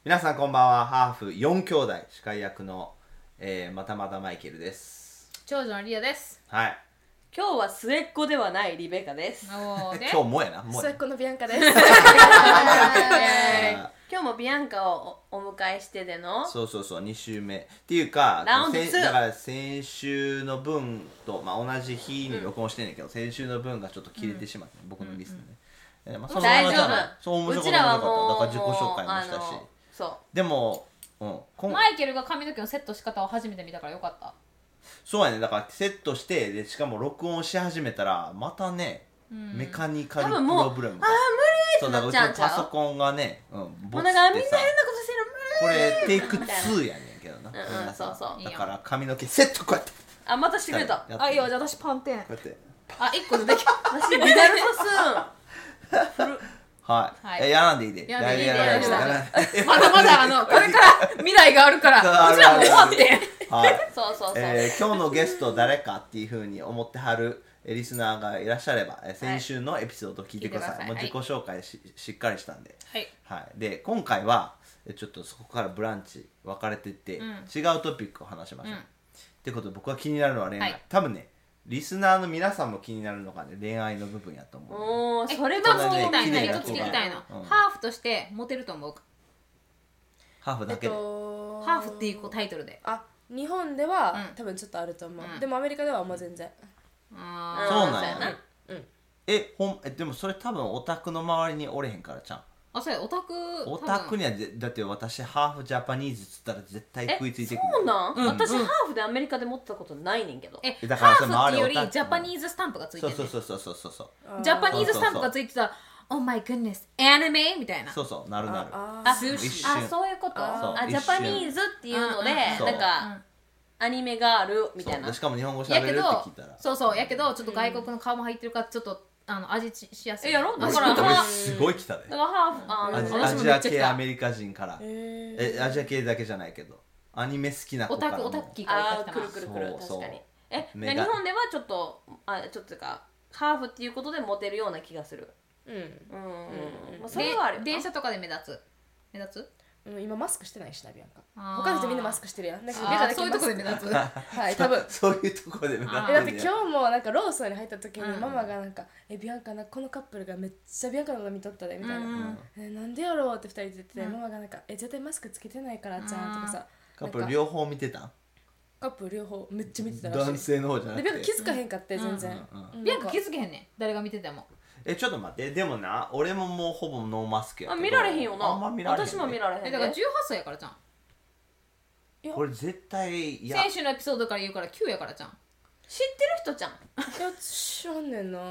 皆さんこんばんは。ハーフ4兄弟司会役の、またまたマイケルです。 長女のリアです。 はい。 今日は末っ子ではないリベカです。 今日もやな。 末っ子のビアンカです。 今日もビアンカをお迎えしてでのそう2週目っていうかラウンド2 だから先週の分と、同じ日に録音してんねんけど、先週の分がちょっと切れてしまって、僕のミスでね。そのままじゃない。そう面白かった。 うちらはもうだから自己紹介もしたし。 そうでも、 マイケルが髪の毛のセット仕方を初めて見たからよかった。 そうやね。だからセットしてでしかも録音し始めたらまたね、メカニカルプロブレムがそうだからうちのパソコンがね、 ボツってさ、みんな変なことしてるこれテイク2やねんけどな。 そうだから髪の毛セットこうやってまたしてくれた。 いいよ、じゃあ私パンテンこうやって 1個出てきた。 私ビダルトスーンはい、やらんでいいで。 やらんでいいで。まだまだこれから未来があるから、うちらも終わって。 はい。 そう。 今日のゲスト誰かっていう風に思ってはるリスナーがいらっしゃれば、先週のエピソードを聞いてください。もう自己紹介しっかりしたんで。はい。で今回はちょっとそこからブランチ分かれていって、違うトピックを話しましょう。ってことで僕は気になるのは恋愛。多分ね。リスナーの皆さんも気になるのがね、恋愛の部分やと思う。 それが聞きたいね。 聞きたいの。ハーフとしてモテると思うか。 ハーフだけで。 ハーフっていうタイトルで。 日本では多分ちょっとあると思う。でもアメリカではもう全然。 そうなんやな。でもそれ多分オタクの周りにおれへんからちゃん。 そうや、オタクにはだって私ハーフジャパニーズっつったら絶対食いついてくる。 そうなん？私ハーフでアメリカで持ってたことないねんけど。 だからハーフっていうよりジャパニーズスタンプがついてる。 そう。 ジャパニーズスタンプがついてたら、Oh my goodness, anime みたいな。 そうなる。 そういうこと。ジャパニーズっていうのでなんかアニメがあるみたいな。 しかも日本語喋れるって聞いたら。 そうやけどちょっと外国の顔も入ってるからちょっと味しやすい。 やろ？ だからすごい来たね。 だからハーフアジア系アメリカ人からアジア系だけじゃないけどアニメ好きな子からもオタッキーから来る確かに。日本ではちょっというかハーフっていうことでモテるような気がする。それはある。 電車とかで目立つ？ 今マスクしてないしな、ビアンカ。他の人みんなマスクしてるやん。 そういうとこで目立つ。 はい、多分そういうとこで目立つ。 だって今日もなんかローソンに入った時にママがなんかビアンカこのカップルがめっちゃビアンカのこと見とったでみたいな。なんでやろうって2人で言ってて、ママがなんか絶対マスクつけてないからじゃんとかさ。 カップル両方見てた？ カップル両方めっちゃ見てたらしい。 男性の方じゃなくて。 でビアンカ気づかへんかって全然。 ビアンカ気づけへんねん。誰が見てても。 ちょっと待って、でもな、俺ももうほぼノーマスクやけど。 見られへんよな。 あんま見られへん。 私も見られへん。 だから18歳やからじゃん。 これ絶対先週のエピソードから言うから9やからじゃん。 知ってる人じゃん。 知らんねんな。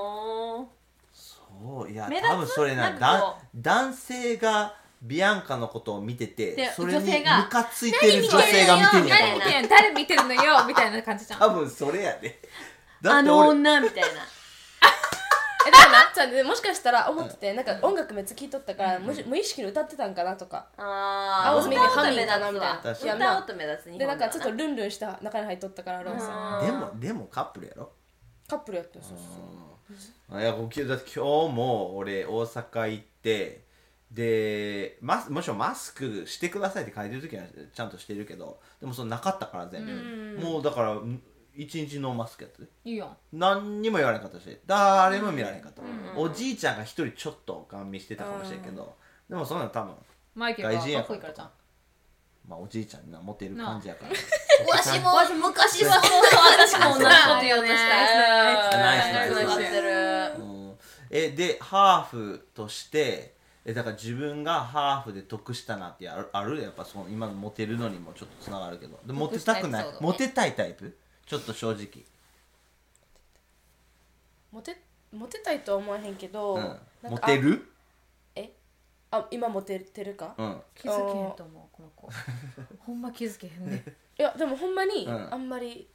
そういや多分それな、男性がビアンカのことを見てて、それにムカついてる女性が見てんやから誰見てるのよみたいな感じじゃん。 多分それやで。 あの女みたいな。 だからなっちゃんでもしかしたら思ってて、なんか音楽めっちゃ聴いとったから無意識に歌ってたんかなとか。 ああ、ハミンかなみたいな。 歌うと目立つ。 でなんかちょっとルンルンした中に入っとったからローソン。でもカップルやろ。 カップルやった。 いやだって今日も俺大阪行ってでもちろんマスクしてくださいって書いてる時はちゃんとしてるけど、でもそのなかったから全部もうだから一日ノーマスクやったで。 いいよ。 何にも言われなかったし誰も見られなかった。おじいちゃんが一人ちょっとガン見してたかもしれんけど、でもそんなの多分外人やから。おじいちゃんにモテる感じやから。 昔はそう私も同じこと言おうとしたでハーフとしてだから自分がハーフで得したなってあるやっぱその今のモテるのにもちょっとつながるけど、でモテたくないモテたいタイプちょっと正直モテたいとは思わへんけど、 モテる今モテてるか、 気づけへんと思うこの子ほんま気づけへんね。 いやでもほんまにあんまり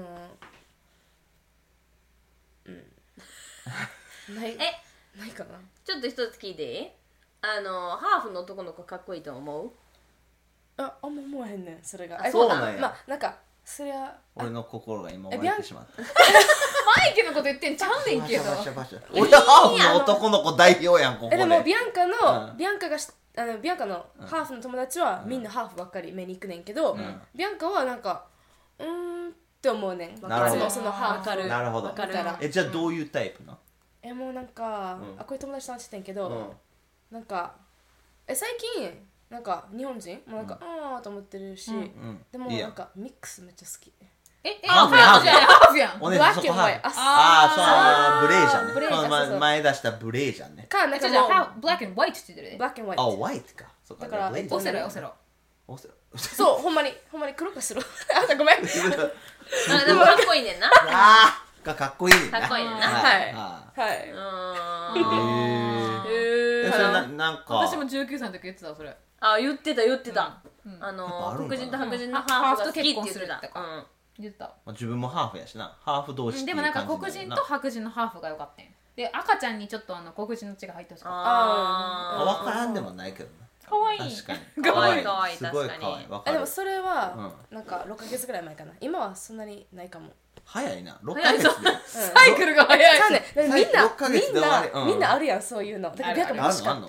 ないかな。 ちょっと一つ聞いていい？ハーフの男の子かっこいいと思う？ あんま思わへんねんそれが。 そうなんや。 なんかそりゃ俺の心が今割れてしまった。 マイケルのこと言ってんちゃうねんけど。 俺ハーフの男の子代表やんここで。 でもビアンカがビアンカのハーフの友達はみんなハーフばっかり目に行くねんけど、ビアンカはなんかって思うねん。 なるほど。 そのハーフなるほど。じゃあどういうタイプな？ もうなんか、こういう友達と話してんけど、なんか最近なんか日本人もなんかと思ってるし、でもなんかミックスめっちゃ好き。 ハーフやん。 おねそこハーフ。そうブレージャーね。前出したブレージャーね。 かなんかじゃあブラック&ホワイトって言ってるね。 ブラック&ホワイト。 ホワイトか。 だからオセロオセロ。 そうほんまに黒くする。ごめん。 でもかっこいいねんな。 がかっこいいねんな。 かっこいいねんな。 それなんか私も19歳の時言ってたそれ。 言ってた黒人と白人のハーフが好きって言ってた。 言った。 自分もハーフやしな。ハーフ同士っていうでもなんか黒人と白人のハーフが良かったんで、赤ちゃんにちょっと黒人の血が入ってほしかった。 分からんでもないけどな。 かわいい。 確かに。 かわいいかわいい。 すごいかわいい。 でもそれはなんか6ヶ月ぐらい前かな。今はそんなにないかも。 早いな。6ヶ月で。 サイクルが早い。 みんなあるやんそういうの。だからビアンカも欲しかった。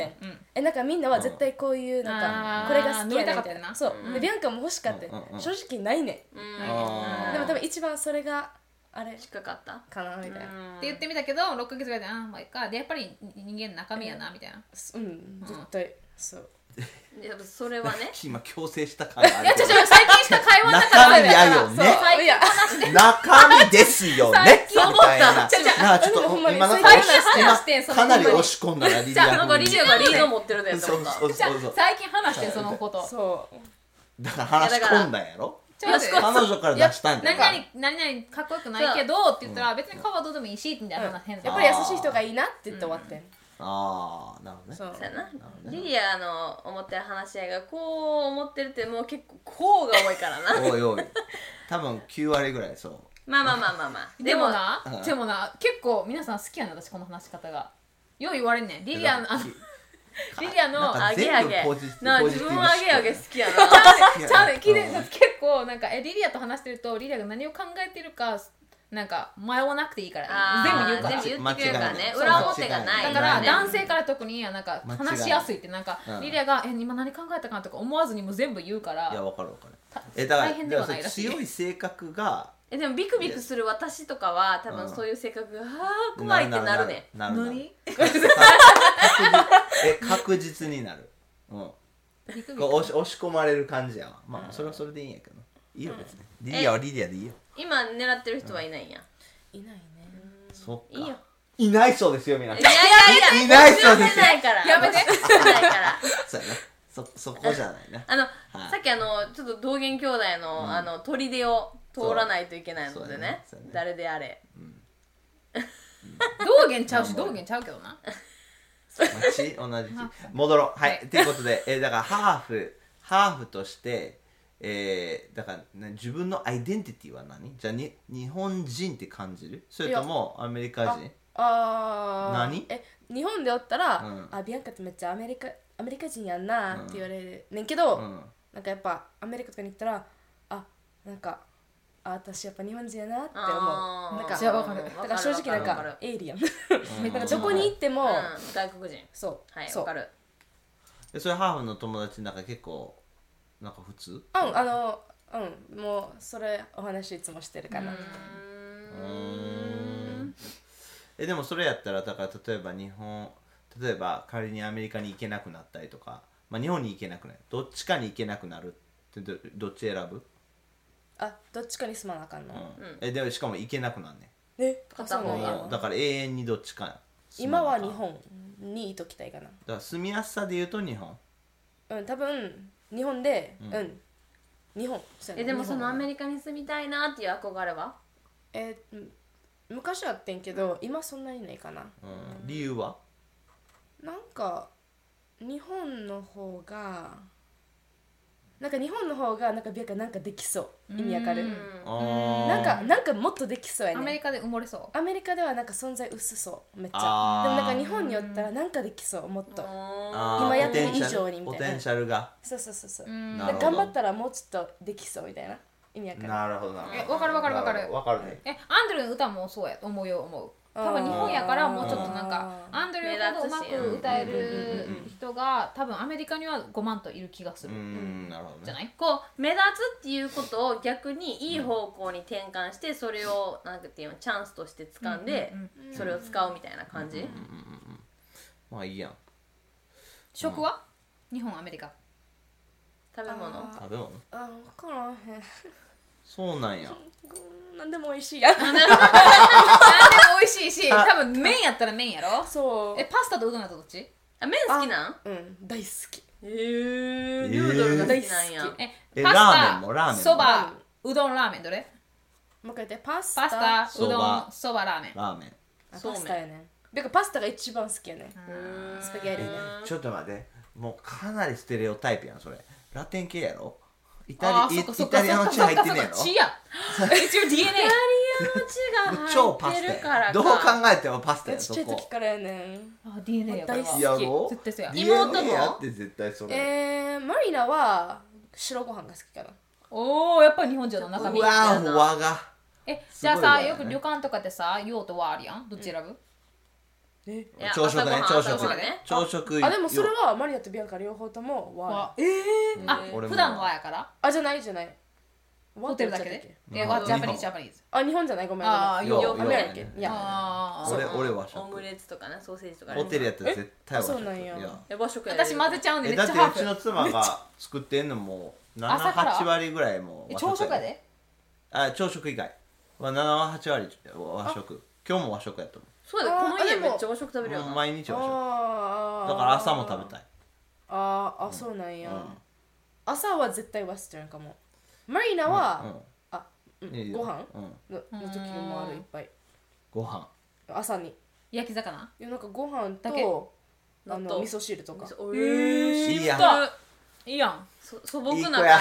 なんかみんなは絶対こういうなんかこれが好きやねんみたいな。そう。でビアンカも欲しかった。正直ないねん。でも多分一番それがあれ近かったかなみたいな。って言ってみたけど6ヶ月ぐらいでまあいいか。でやっぱり人間中身やなみたいな。 絶対そう。 それはね今強制した感がある。 いや最近した会話の中中身やよね。中身ですよね。 そう思った。 ちょっと今のかなり押し込んだなリリア。 なんかリリアがリード持ってるね。 そう最近話してそのこと。 そう。 だから話し込んだんやろ。彼女から出したんだよ。 何々かっこよくないけどって言ったら別に顔はどうでもいいしみたいな話。 やっぱり優しい人がいいなって言って終わってん。 なるほどね。 そうやな。リリアの思ってる話し合いがこう思ってるってもう結構こうが多いからな。 多い多分9割ぐらいそう。 まあでもな結構皆さん好きやな私この話し方がよう言われんねん。リリアのアゲアゲ自分はアゲアゲ好きやな。 ちゃうねん聞いて結構なんかリリアと話してるとリリアが何を考えてるかなんか迷わなくていいから全部言うから全部言ってくれるからね。裏表がない。 だから男性から特になんか話しやすいってなんかリリアが今何考えたかなとか思わずにも全部言うから。 いや分かる大変ではないらしい。強い性格がでもビクビクする私とかは多分そういう性格が怖いってなるね。 何？確実になる。押し込まれる感じやわ。まあそれはそれでいいんやけどいいよ別に。リリアはリリアでいいよ。 今狙ってる人はいないんや。 いないね。 そっか。 いいよ。 いないそうですよ皆さん。 いないそうですよ。 やめて。 ないから。 そうやな。そこじゃないな。 さっきちょっと道元兄弟の砦を通らないといけないのでね。誰であれ。 道元ちゃうし道元ちゃうけどな。 同じ戻ろう。はいということでだからハーフとしてだから自分のアイデンティティは何？じゃあ日本人って感じる？それともアメリカ人？何？ 日本でおったらビアンカってめっちゃアメリカ人やんなって言われるねんけどなんかやっぱアメリカとかに行ったらなんか私やっぱ日本人やなって思う。なんかだから正直なんかエイリアン。なんかどこに行っても外国人。 そうはいわかる。 それハーフの友達なんか結構なんか普通？ もうそれお話いつもしてるかな。 でもそれやったらだから例えば仮にアメリカに行けなくなったりとか、日本に行けなくなるどっちかに行けなくなるってどっち選ぶ？ どっちかに住まなあかんの？ でもしかも行けなくなんね片方がだから永遠にどっちか今は日本にいときたいかな。だから住みやすさで言うと日本。 多分日本で日本。 でもそのアメリカに住みたいなっていう憧れは？ 昔はあってんけど今そんなにないかな。 理由は？ なんか日本の方がなんかビアカなんかできそう意味わかる？なんかもっとできそうやね。 アメリカで埋もれそう。 アメリカではなんか存在薄そうめっちゃ。でもなんか日本におったらなんかできそうもっと今やってる以上にみたいな。 ポテンシャルが。 そう。頑張ったらもうちょっとできそうみたいな意味わかる？ なるほど。 わかる。 わかるね。 アンドルの歌もそうや思うよ。 多分日本やからもうちょっとなんかアンドリューほどうまく歌える人が多分アメリカには5万といる気がする。 なるほどね。 じゃない？ こう目立つっていうことを逆にいい方向に転換して、それをなんていうのチャンスとして掴んで、それを使うみたいな感じ。 まあいいやん。 食は？日本アメリカ。 食べ物？ 食べ物？ 分からへん。 そうなんや。 なんでも美味しいやん。 なんでも美味しいし、多分麺やったら麺やろ。 そう。 パスタとうどんやったらどっち？ 麺好きなん？ 大好き。 ヌードルが好きなんや。 パスタ、 ラーメンもラーメンもそば、うどん、ラーメンどれ？ もう一回言って、パスパスタ、 タ、うどん、そば、ラーメン。 ラーメン。 パスタやね。だからパスタが一番好きやね。スパゲッティね。 ちょっと待って、もうかなりステレオタイプやんそれ。ラテン系やろ？イそっかそっかタリアの血入ってんねやろ？ 血や。It's your DNA。 イタリアの血が入ってるからか。 どう考えてもパスタやんそちっちゃい時こ。 からやねん。 DNA やから。 大好きやろ？ 絶対そうや。 妹もやって絶対それ。 マリナは白ご飯が好きかな。 おー、やっぱり日本人の中身。 うわー和が。 じゃあさ、よく旅館とかでさ、用と和あるやん。どっち選ぶ？ 朝食ね、朝食ね。 朝食。 でもそれはマリナとビアンカ両方とも和。 俺も普段の和やから？ じゃないじゃない。 ホテルだけで？ジャパニーズ、ジャパニーズ。 日本じゃない、ごめん。 あーよアメリカン。いや。 俺和食。 オムレツとかね、ソーセージとか。 ホテルやったら絶対和食。 そうなんや。 和食や。 私混ぜちゃうんでめっちだってゃハーフ。 うちの妻が作ってんのも7、 朝から 8割ぐらいも朝食やで？ 朝食以外は7、8割和食。今日も和食やったもん。 そうだ、この家めっちゃ和食食べるよな。 毎日和食。だから朝も食べたい。 そうなんや。朝は絶対ウェスタンかも。マリナはご飯の時もあるいっぱい。 ご飯。 朝に。 焼き魚？ なんかご飯だけと味噌汁とか。 いいやん。 いいやん。 素朴な感じだよな。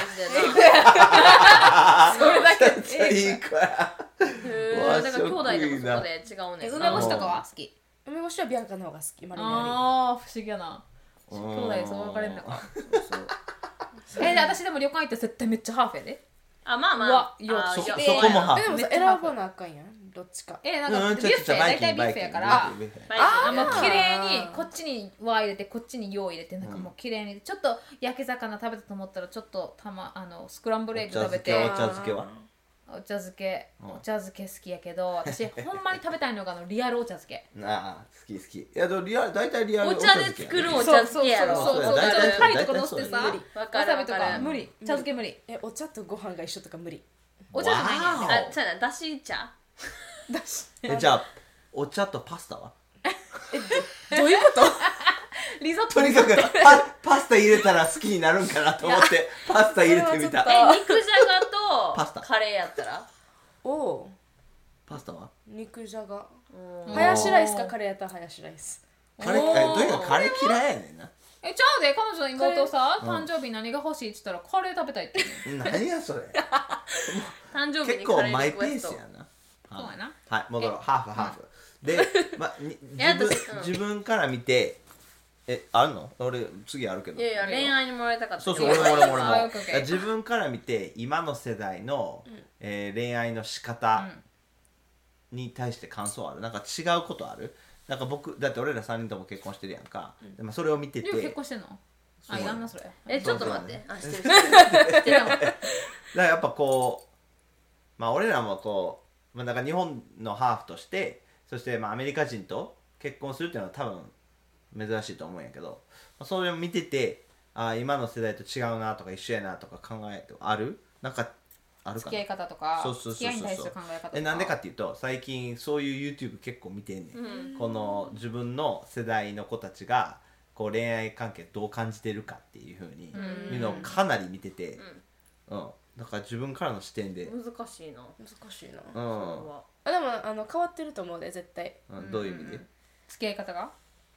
それだけ。 いい子や。 だから兄弟でもそこで違うね。 梅干しとかは好き？ 梅干しはビアンカの方が好き。マリナより。 不思議やな。兄弟そう分かれんのか。私でも旅館行って絶対めっちゃハーフやで。 まあそこもハーフ。 でもさ選ばなあかんやん。どっちか。 なんかビュッフェ、大体ビュッフェやからもう綺麗にこっちに和入れてこっちに洋入れてなんかもう綺麗にちょっと焼き魚食べたと思ったらちょっとスクランブルエッグ食べてお茶漬けは？ お茶漬け好きやけど私ほんまに食べたいのがリアルお茶漬け。 好き。いやでも大体リアルお茶で作るお茶漬けやろ。 そうタイとか乗せてさわかるわさびとか無理。茶漬け無理。 お茶とご飯が一緒とか無理。 お茶じゃないねん。 そうやな、だし茶。 じゃあお茶とパスタは？ どういうこと？ リゾットとにかくパスタ入れたら好きになるんかなと思ってパスタ入れてみた。 肉じゃがとパスタカレーやったら？ パスタは？ 肉じゃが。ハヤシライスかカレーやったらハヤシライス。 とにかくカレー嫌いやねんな。 ちゃうで彼女の妹さ誕生日何が欲しいって言ったらカレー食べたいって何やそれ。 誕生日結構にカレーマイペーリクエスト。 スやな。 そうやな。 はい戻ろう。ハーフで自分から見てあるの？俺次あるけど。 いや恋愛にもらいたかった。 そう俺も OK 自分から見て今の世代の恋愛の仕方に対して感想ある？なんか違うことある？なんか僕だって俺ら3人とも結婚してるやんか。でもそれを見てて結婚してんの？いらんなそれ。 ちょっと待って。してる。 だからやっぱこう俺らもこうなんか日本のハーフとしてそしてアメリカ人と結婚するっていうのは多分珍しいと思うんやけどそれを見てて今の世代と違うなとか一緒やなとか考えてある？なんかあるかな？ 付き合い方とかそう付き合いに対する考え方とかなんでかっていうと最近そういう YouTube 結構見てんねん、この自分の世代の子たちがこう恋愛関係どう感じてるかっていう風にいうのをかなり見てて、だから自分からの視点で難しいな。 でも変わってると思うで絶対。 どういう意味で？ 付き合い方が？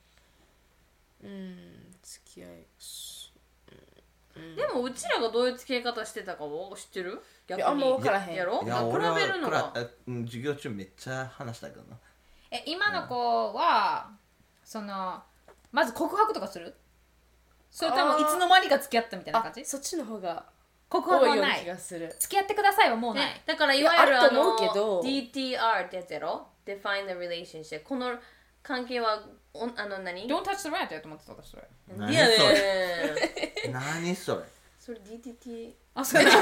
付き合い。 でもうちらがどういう付き合い方してたかを知ってる？逆にあんま分からへんやろ？ いや比べるのが授業中めっちゃ話したけどな。 今の子はまず告白とかする？それともいつの間にか付き合ったみたいな感じ？ そっちの方が告白多いようなはない。 気がする。 付き合ってくださいはもうない。 だからいわゆるあると思うけど DTR ってやつやろ？ define the relationship この関係は何 Don't touch the rat やと思ってた私それ何いやね何それそれ DTT あそうだ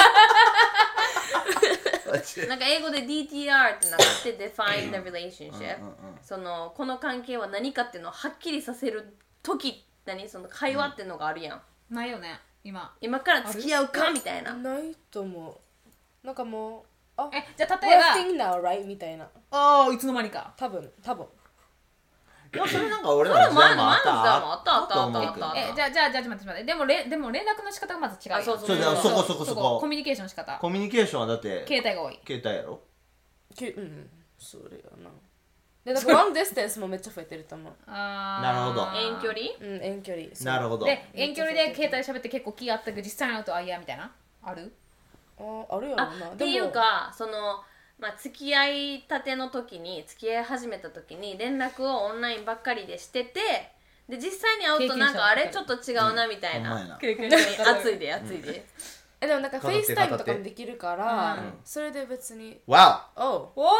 なんか英語で DTR ってなって define the relationship そのこの関係は何かっていうのをはっきりさせる時その会話っていうのがあるやん、 ないよね今から付き合うかみたいなないと思うなんかもうじゃあ例えば We're thing now, right? みたいなああいつの間にか多分いやそれなんか俺らの時代もあったあったじゃあちょっと待ってでも連絡の仕方がまず違うよそうそこコミュニケーションの仕方コミュニケーションはだって携帯が多い携帯やろそれやなでなんかロングディスタンスもめっちゃ増えてると思うなるほど遠距離遠距離なるほどで遠距離で携帯喋って結構気があったけど実際に会うとあいやみたいなあるあるやろなっていうかその付き合いたての時に付き合い始めた時に連絡をオンラインばっかりでしててで実際に会うとなんかあれちょっと違うなみたいな熱いででもなんかフェイスタイムとかもできるからそれで別にわおおど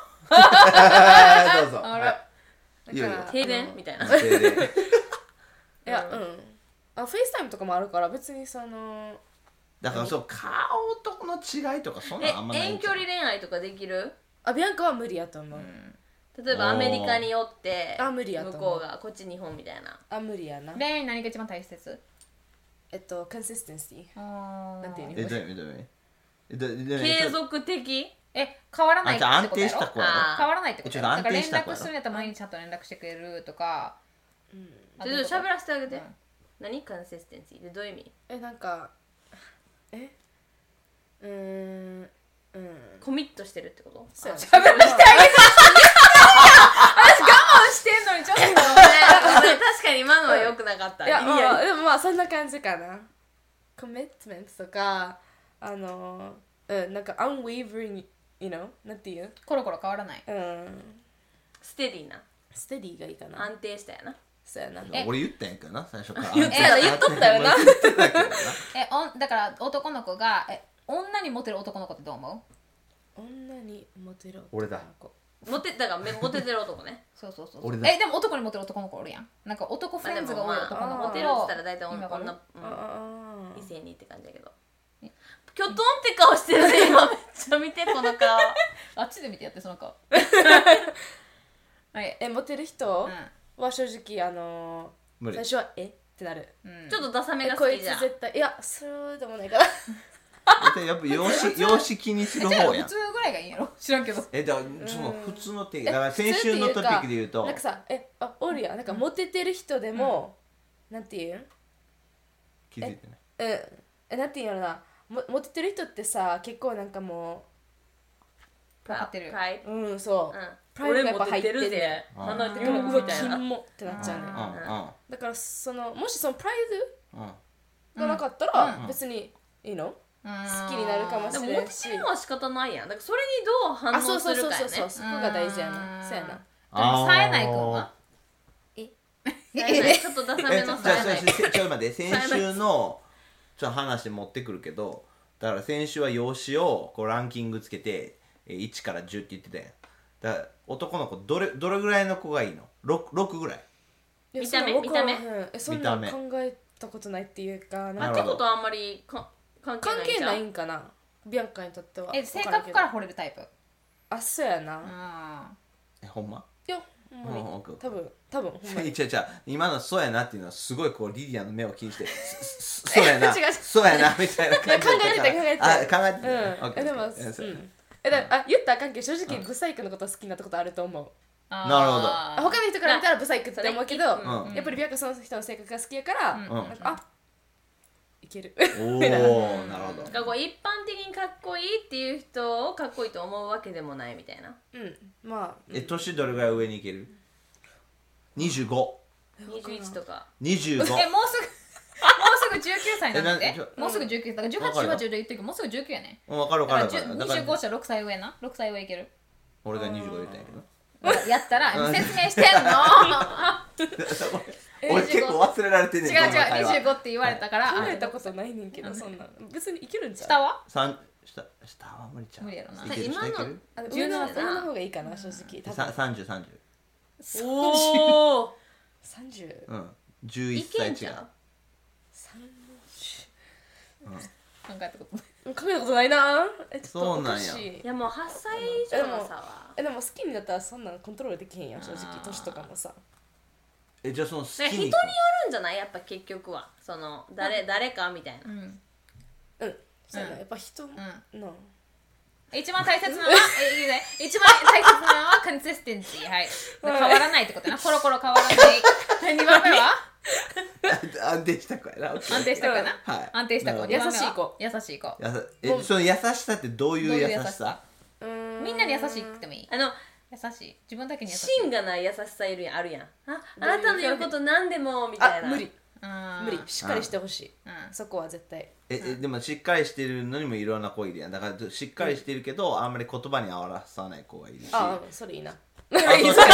うぞ停電みたいないやフェイスタイムとかもあるから別にそのだからそう顔との違いとかそんなあんまない遠距離恋愛とかできるビアンカは無理やと思う例えばアメリカにおって無理やと向思うこうがこっち日本みたいな無理やな恋愛何が一番大切 consistency なんていうどういう継続的変わらないって安ことやろ定した子やろ変わらないってことやろだから連安定した子やろ絡するんやったら毎日ちゃんと連絡してくれるとかちょっと喋らせてあげて何コンシステンシーでどういう意味なんかコミットしてるってことそうやな喋らせてあげて私我慢してんのにちょっと確かに今のは良くなかったいやでもそんな感じかなコミットメントとかなんか unwaveringなんていうコロコロ変わらないステディなステディがいいかな安定したやなそうやな俺言ったんやけどな最初から言っとったよなだから男の子が女にモテる男の子ってどう思う女にモテる俺だモテてる男ねそう俺だでも男にモテる男の子おるやんなんか男フレンズが多い男の子モテるって言ったら大体女異性にって感じだけどキョトンって顔してるね今めっちゃ見てこの顔あっちで見てやってその顔モテる人は正直無理最初はってなるちょっとダサめがこいつ好きじゃん絶対いやそうでもないからやっぱ容姿気にする方やん普通ぐらいがいいんやろ知らんけどだからその普通の定義だから先週のトピックで言うとなんかさおるやんなんかモテてる人でもなんていうん気づいてないなんていうんやろなモテてる人ってさ結構なんかも分かってるプライうそうプライドがやっぱ入ってるぜ離れてくるみたいなキモってなっちゃうねだからもしそのプライドがなかったら別にいいの好きになるかもしでもモテれないしるのは仕方ないやんだからそれにどう反応するかやねそこが大事やなそうやなでも冴えないくんはちょっとダサめのじゃあさえないちょっと待って先週のちょっと話持ってくるけどだから先週は容姿をこうランキングつけて1から10って言ってたやんだから男の子どれぐらいの子がいいの 6ぐらい見た目そんな考えたことないっていうかなんかってことはあんまり関係ないんんかなビアンカにとっては性格から惚れるタイプそうやなほんまいやほんまに多分ほんまに違う今のそうやなっていうのはすごいこうリディアの目を気にしてそうやなそうやなみたいな感じ考えてた考えてたでも言ったらあかんけど正直ブサイクのこと好きになったことあると思うなるほど他の人から見たらブサイクって思うけどやっぱりビアンカその人の性格が好きやからいけるおおなるほどだから一般的にかっこいいっていう人をかっこいいと思うわけでもないみたいなまあ年どれぐらい上にいける 25 21とか 25 もうすぐ19歳なんでもうすぐ19歳だから18、18で言ってるけどもうすぐ19やね分かる 25したら6歳上な6歳上いける俺が25言ったんやけどやったら説明してんの俺結構忘れられてんねん違う25って言われたから考えたことないねんけどそんな別にいけるんじゃん下は下は無理ちゃう。 無理やろな。 今の上の方がいいかな正直。 30。 おお。 30。 うん。11歳違う。 考えたことない。 考えたことないな。 そうなんや。 いやもう8歳以上の差は。 でも好きになったらそんなのコントロールできへんやん正直年とかもさ。 じゃあその好きに人によるんじゃない？やっぱ結局はその誰かみたいな。 そうやなやっぱ人の。 一番大切なのは一番大切なのはコンシステンシー。はい。変わらないってことな。コロコロ変わらない。2番目は安定した子やな。 安定した子な。安定した子。 優しい子。 優しい子。 その優しさってどういう優しさ？ みんなに優しくてもいい。優しい。自分だけに優しい。 芯がない優しさあるやん。あなたの言うこと何でもみたいな。 無理しっかりしてほしい。そこは絶対。 でもしっかりしてるのにもいろんな子いるやん。だからしっかりしてるけどあんまり言葉に合わさない子がいるし。 それいいな。 オッケ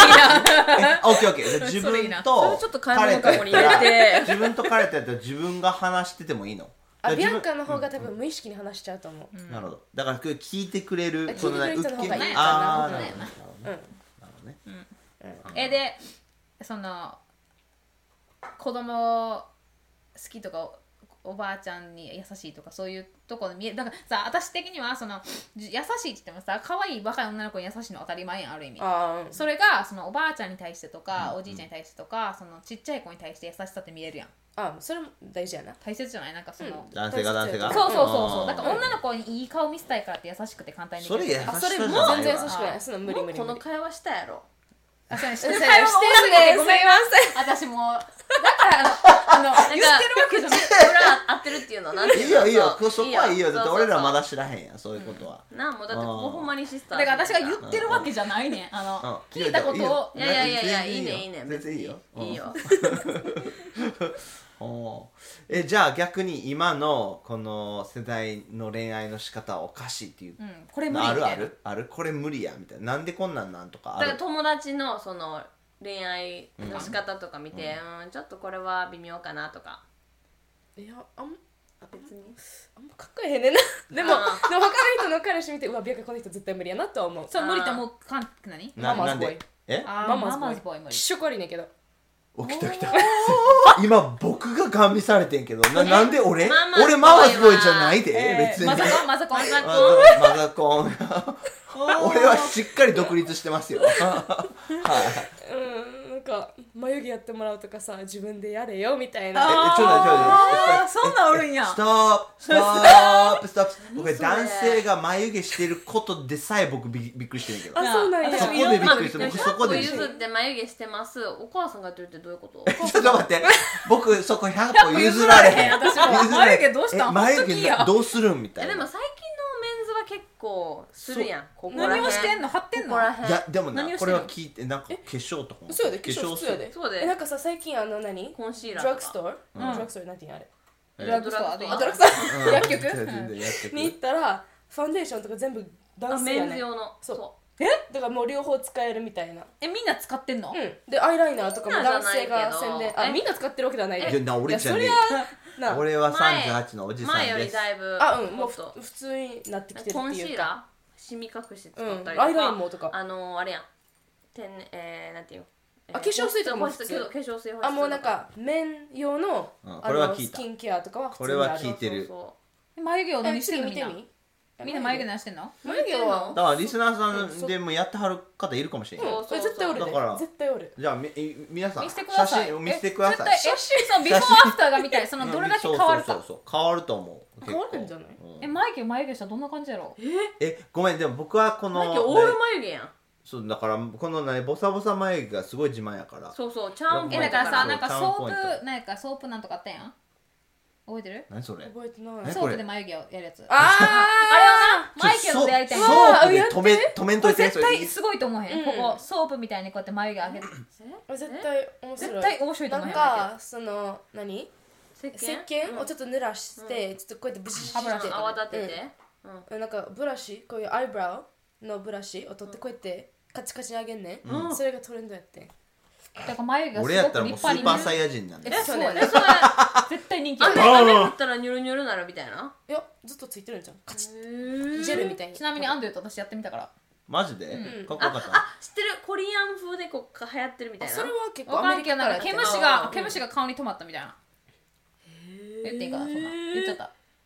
ー。自分とちょっと買い物かごに入れて自分と彼とやったら自分が話しててもいいの？ ビアンカの方が多分無意識に話しちゃうと思う。 なるほど。だから聞いてくれる人の方がいいかな。 なるほどね。でその子供好きとかおばあちゃんに優しいとかそういうところ見えだからさ私的にはその優しいって言ってもさ可愛い若い女の子に優しいの当たり前やんある意味。それがそのおばあちゃんに対してとか、おじいちゃんに対してとかそのちっちゃい子に対して優しさって見えるやん。 それも大事やな。 大切じゃない？なんかその、 男性がそうだから女の子にいい顔見せたいからって優しくて簡単にできる。 それも全然優しくない。その無理。 この会話したやろ。 してごめんなさい。私もだから言ってるわけじゃない。 俺ら合ってるっていうのはなんていうの？ いいよそこはいいよ。だって俺らまだ知らへんやんそういうことは。 もうだってほんまにシスター。 だから私が言ってるわけじゃないねん。聞いたことを。 いやいいね。 別にいいよ。 いいよ。 じゃあ逆に今のこの世代の恋愛の仕方はおかしいっていう、 これ無理みたいなあるこれ無理やみたいな。なんでこんなんとかある？ だから友達のその恋愛の仕方とか見て、ちょっとこれは微妙かなとか。 いや別にあんまかっこえへんねんな。でも他の人の彼氏見てうわビアカこの人絶対無理やなとは思う。 そう無理って思う何？ ママズボーイ。 ママズボーイ無理。 一緒こ悪いねんけど。 起きた今僕がガン見されてんけどなんで俺ママズボーイじゃないで別にマザコン俺はしっかり独立してますよ。 なんか眉毛やってもらうとかさ自分でやれよみたいな。 ちょっとそんなんおるんや。 ストップ僕男性が眉毛してることでさえ僕びっくりしてるけど。 そうなんや。 そこでびっくりして僕そこで譲って眉毛してます。お母さんがやってるってどういうこと？ ちょっと待って僕そこ100歩譲られへん。 私も眉毛どうしたん？ 眉毛どうするんみたいな。 でも最近のメンズは結構するやん。 何をしてんの？貼ってんの？ いやでもなこれは聞いてなんか化粧とかも。 そうやで化粧普通やで。 そうで。 なんかさ最近何？ コンシーラー。 ドラッグストアなんて言うあれ？ ドラッグストア薬局に行ったらファンデーションとか全部男性やねん。 メンズ用の。 そう。だからもう両方使えるみたいな。 みんな使ってんの？ でアイライナーとかも男性が宣伝。みんな使ってるわけではないで。 俺じゃねえ。俺は38のおじさんです。 前よりだいぶもう普通になってきてるっていうか。 コンシーラーシミ隠し使ったりとか。アイラインもとか。 あれやん。なんていう。 化粧水とかも普通。 化粧水保湿。 もうなんか面用のスキンケアとかは普通にある。 これは聞いてる。 眉毛を何してるの？みんな眉毛何してんの？ 眉毛はだからリスナーさんでもやってはる方いるかもしれない。 絶対おるで。絶対おる。 じゃあ皆さん写真を見せてください。 ビフォーアフターが見たい。そのどれだけ変わるか。 変わると思う。 変わるんじゃない？ 眉毛したらどんな感じやろ？ ごめんでも僕はこの眉毛オール眉毛やん。 そうだからこのボサボサ眉毛がすごい自慢やから。 そうチャームポイント。 だからさなんかソープなんとかあったやん。覚えてる？ 何それ？ 覚えてない。 ソープで眉毛をやるやつ。 あれをな眉毛のでやりたい。 ソープで止めんといて。 絶対すごいと思うへん。ここソープみたいにこうやって眉毛上げる。 絶対面白い。 絶対面白いと思うへん。 なんかその何？石鹸をちょっと濡らしてちょっとこうやってブシッて泡立てて。なんかブラシこういうアイブラウのブラシを取ってこうやってカチカチに上げんねん。それがトレンドやってん。 だから眉毛がす俺やごったらもうスく立派にーパーサイヤ人なんでそうだよねそれ絶対人気ある雨降ったらニョロニョロなるみたいな。 いやずっとついてるんじゃんカチッジェルみたいに。 ちなみにアンドゥと私やってみたからマジで、かっこよかった。 知ってる、コリアン風でこう流行ってるみたいな。 それは結構わアメリカかるけどなんかからやってる毛虫が顔に止まったみたいな言っていいかなそんな言っちゃった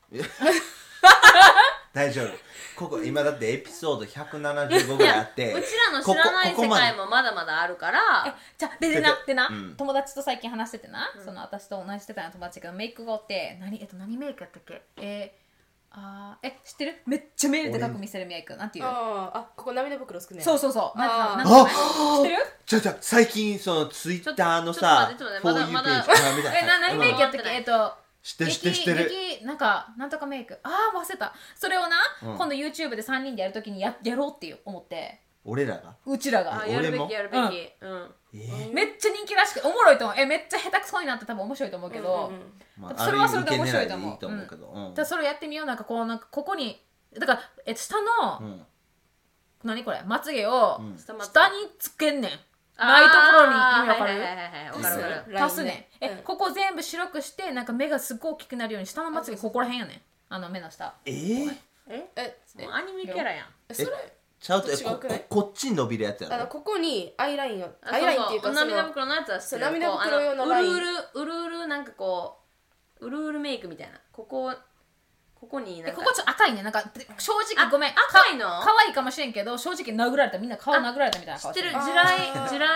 大丈夫。ここ今だってエピソード175ぐらいあってうちらの知らない世界もまだまだあるから。 じゃあでな、友達と最近話しててな、その私と同じしてたよ友達がメイクがおって何メイクやったっけ知ってるめっちゃ目でかく見せるメイクなんていうここ涙袋少ねそうなんて知ってるちょ最近そのツイッターのさフォーユーページ何メイクやったっけ知ってるなんとかメイク忘れたそれをな、今度 YouTube で3人でやるときに やろうって思って俺らがうちらがやるべきめっちゃ人気らしくておもろいと思うめっちゃ下手くそになって多分面白いと思うけど、それはそれで面白いと思うそれをやってみようなんかここにだから下の、何これまつげを下につけんねんないところに意味わかる足すねんここ全部白くしてなんか目がすごい大きくなるように下のまつげここら辺やねん目の下アニメキャラやんそれちゃうとこっちに伸びるやつやろここにアイラインっていうか涙袋のやつは知ってる涙袋用のラインうるうるなんかこううるうるメイクみたいなここになんかここちょっと赤いねなんか正直ごめん赤いの可愛いかもしれんけど正直殴られたみんな顔殴られたみたいな顔知ってる地雷そうメイク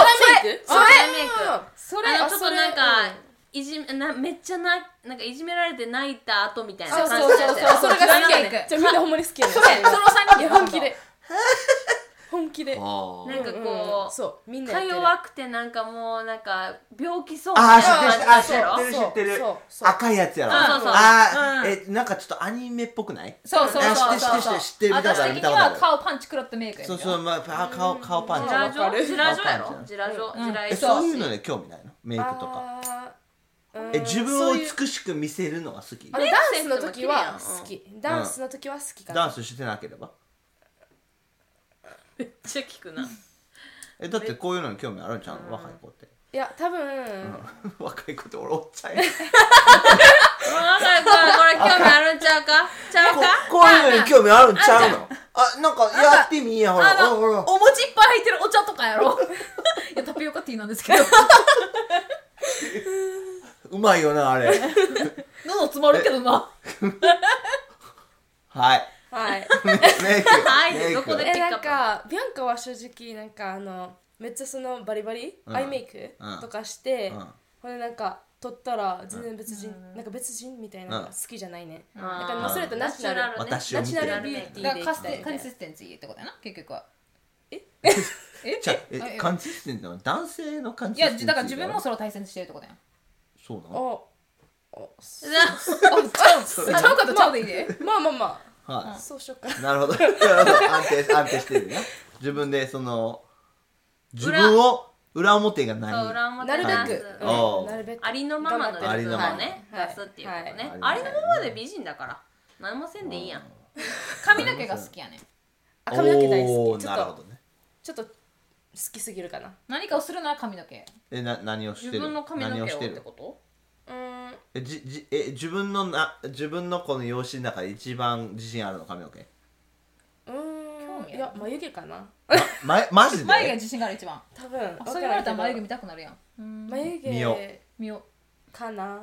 それちょっとなんかめっちゃなんかいじめられて泣いた後みたいな感じそうそれが好きやねみんなほんまに好きやねその3人本気でなんかこうそうみんなか弱くてなんかもうなんか病気そうみたいな感じだ知ってる赤いやつやろなんかちょっとアニメっぽくないそう知ってる私的には顔パンチ食らったメイクや顔パンチジラジョやろジラジョそういうので興味ないのメイクとか自分を美しく見せるのが好きダンスの時は好きダンスの時は好きかなダンスしてなければめっちゃ聞くなだってこういうのに興味あるんちゃうの若い子っていや多分若い子って俺おっちゃんや若い子はこれ興味あるんちゃうかこういうのに興味あるんちゃうのなんかやってみやほらお餅いっぱい入ってるお茶とかやろいやタピオカティーなんですけどうまいよなあれ喉詰まるけどなはいどこでピックアップなんかビアンカは正直なんかめっちゃそのバリバリアイメイクとかしてほんでなんか撮ったら全然別人なんか別人みたいなのが好きじゃないねなんかそれとナチュラルビューティーでカンシステンシーってことやな結局はカンシステントな男性のカンシステンシーいやだから自分もそれを大切にしてるってことやんそうなのちゃうかとちゃうでいいでまあはいそうしようかなるほど安定してるね自分でその自分を裏表がないなるべくありのままの自分をね出すっていうことねありのままで美人だから何もせんでいいやん髪の毛が好きやね髪の毛大好きなるほどねちょっと好きすぎるかな何かをするなら髪の毛何をしてる自分の髪の毛をってこと自分のこの容姿の中で一番自信あるの髪の毛いや眉毛かなマジで眉毛自信がある一番多分そう言われたら眉毛見たくなるやん眉毛見よかな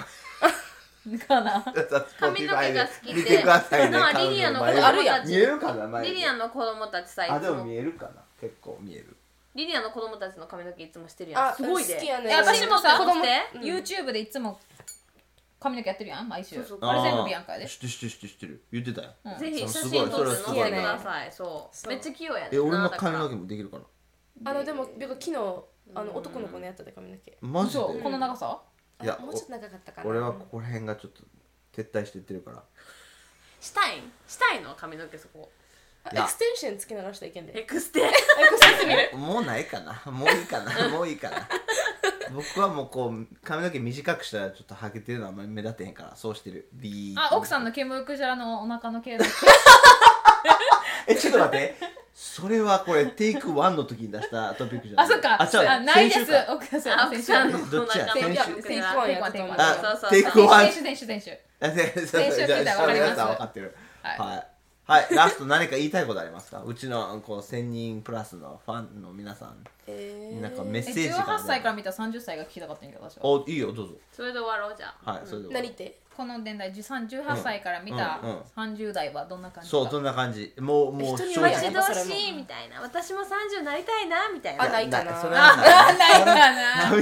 髪の毛が好きって見てくださいねリリアの子供たち見えるかなリリアの子供たちさでも見えるかな結構見えるリリアの子供たちの髪の毛いつもしてるやんすごいで好きやね私もさ子供 YouTube でいつも髪の毛やってるやん毎週あれ全部ビアンカやで知ってる言ってたよぜひ写真撮って載せてくださいそうめっちゃ器用やね俺の髪の毛もできるかなでも昨日男の子のやったで髪の毛マジでこの長さいやもうちょっと長かったかな俺はここら辺がちょっと撤退していってるからしたいの髪の毛そこエクステンションつけながらしたらいけんでエクステもうないかなもういいかな僕はもうこう髪の毛短くしたらちょっとハゲてるのはあんまり目立てへんからそうしてる奥さんのケムクジャラのお腹の毛だちょっと待ってそれはこれテイク1の時に出したトピックじゃない。 あ、そっか。 あ、 ないです。 奥さんのどっちや。 テイク1 テイク 1。先週。 先週聞いたら分かります。分かってる。はい、ラスト何か言いたいことありますか？うちのこう1000人プラスのファンの皆さんになんかメッセージが。 18歳から見た30歳が聞きたかったんやけど、私は。 お、いいよ、どうぞ。 それで終わろうじゃあ。 はい、それで終わろう。 何言って？ この年代18歳から見た30代はどんな感じか。 そう、どんな感じ。もう待ち遠しいみたいな。私も30になりたいなみたいな。 あ、ないかな。 それはないかな。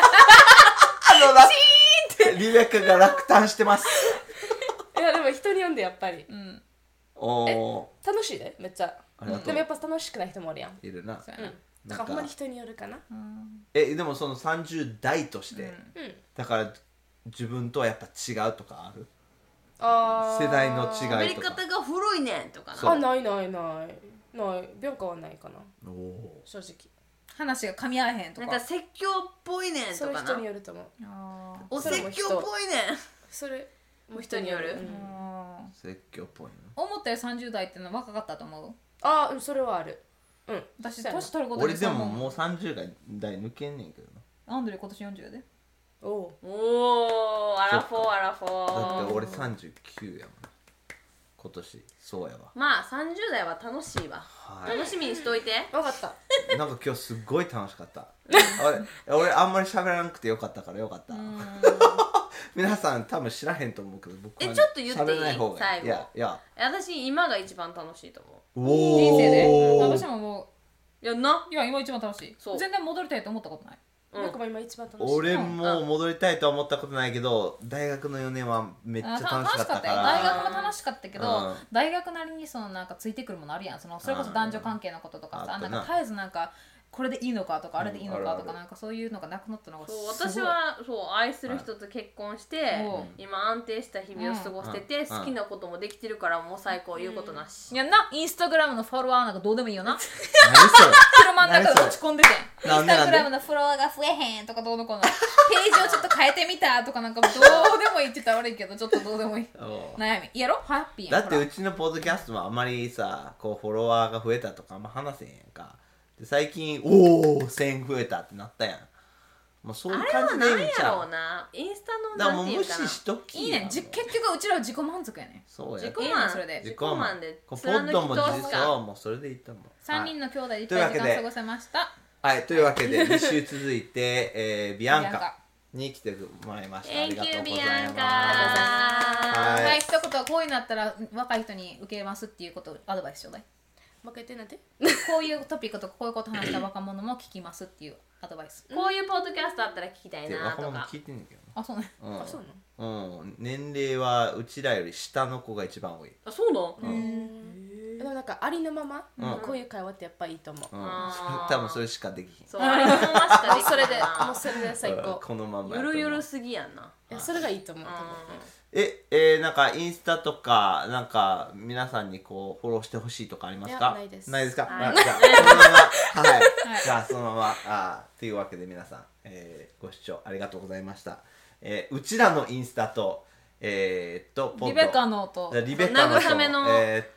リベッカが落胆してます。 いやでも人に読んでやっぱり。 お楽しいでめっちゃ。でもやっぱ楽しくない人もおるやん。 いるな。 だからほんまに人によるかな。 でもその30代として、だから自分とはやっぱ違うとかある？世代の違いとか。 やり方が古いねんとかな。あ、ない。ビアンカはないかな。正直。 話が噛み合えへんとか。 なんか説教っぽいねんとかな。 それ人によると思う。 お説教っぽいねん。 それも人による。 説教っぽいな。 思ったよ30代ってのは若かったと思う。 ああ、それはある。 私年取ること俺でももう30代抜けんねんけどな。アンドリュー今年40で。 おアラフォー。 だって俺39やもん今年。そうやわ。 まあ30代は楽しいわ。楽しみにしといて。 分かった。 なんか今日すっごい楽しかった。俺あんまり喋らなくてよかったからよかった。皆さん多分知らへんと思うけど、僕はちょっと言っていい？最後。いや私今が一番楽しいと思う。 人生で。私ももう。いや今一番楽しい。全然戻りたいと思ったことない。 僕も今一番楽しい。 俺も戻りたいとは思ったことないけど、大学の4年はめっちゃ楽しかったから。 大学も楽しかったけど、大学なりにそのなんかついてくるものあるやん。それこそ男女関係のこととかさ、なんか絶えずなんかこれでいいのかとかあれでいいのかとかなんかそういうのがなくなったのがすごい。 私は愛する人と結婚して今安定した日々を過ごしてて好きなこともできてるからもう最高言うことなし。 いやな、インスタグラムのフォロワーなんかどうでもいいよな。 何それ。 車の中で落ち込んでてインスタグラムのフォロワーが増えへんとかどうのこうのページをちょっと変えてみたとかなんかどうでもいいって言ったら悪いけどちょっとどうでもいい悩みやろ。ハッピーやん。 だってうちのポッドキャストもあんまりさこうフォロワーが増えたとかあんま話せへんやんか。で最近1000増えたってなったやん。もうそういう感じでいいんちゃう。 あれは何やろうな。インスタのなんていうかな。 だからもう無視しとき。いいね。結局うちらは自己満足やね。 そうや。 自己満。 それで。 自己満で貫き通すか。もうそれでいいと思う。 3人の兄弟でいっぱい時間過ごせました。 はい、というわけで2週続いてビアンカに来てもらいました。ありがとうございます。 はい、一言こういうなったら若い人に受けますっていうことをアドバイスちょうだい。 もう一回言ってなんて。 こういうトピックとかこういうこと話した若者も聞きますっていうアドバイス。 こういうポッドキャストあったら聞きたいなとか。 若者聞いてんねんけど。 あ、そうね。 あ、そうなの？年齢はうちらより下の子が一番多い。 あ、そうなの？ でもなんかありのままこういう会話ってやっぱいいと思う。 多分それしかできひん。 そう、ありのまましかできひん。 それでもうそれで最高。 このままゆるゆるすぎやんな。 それがいいと思う。 なんかインスタとかなんか皆さんにこうフォローしてほしいとかありますか？ ないです。 ないですか？ はい、 じゃあそのままじゃあそのままというわけで皆さん、ご視聴ありがとうございました。うちらのインスタとリベッカのと慰めの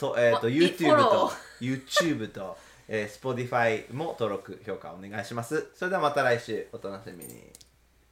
YouTube とSpotify も登録評価お願いします。それではまた来週お楽しみに。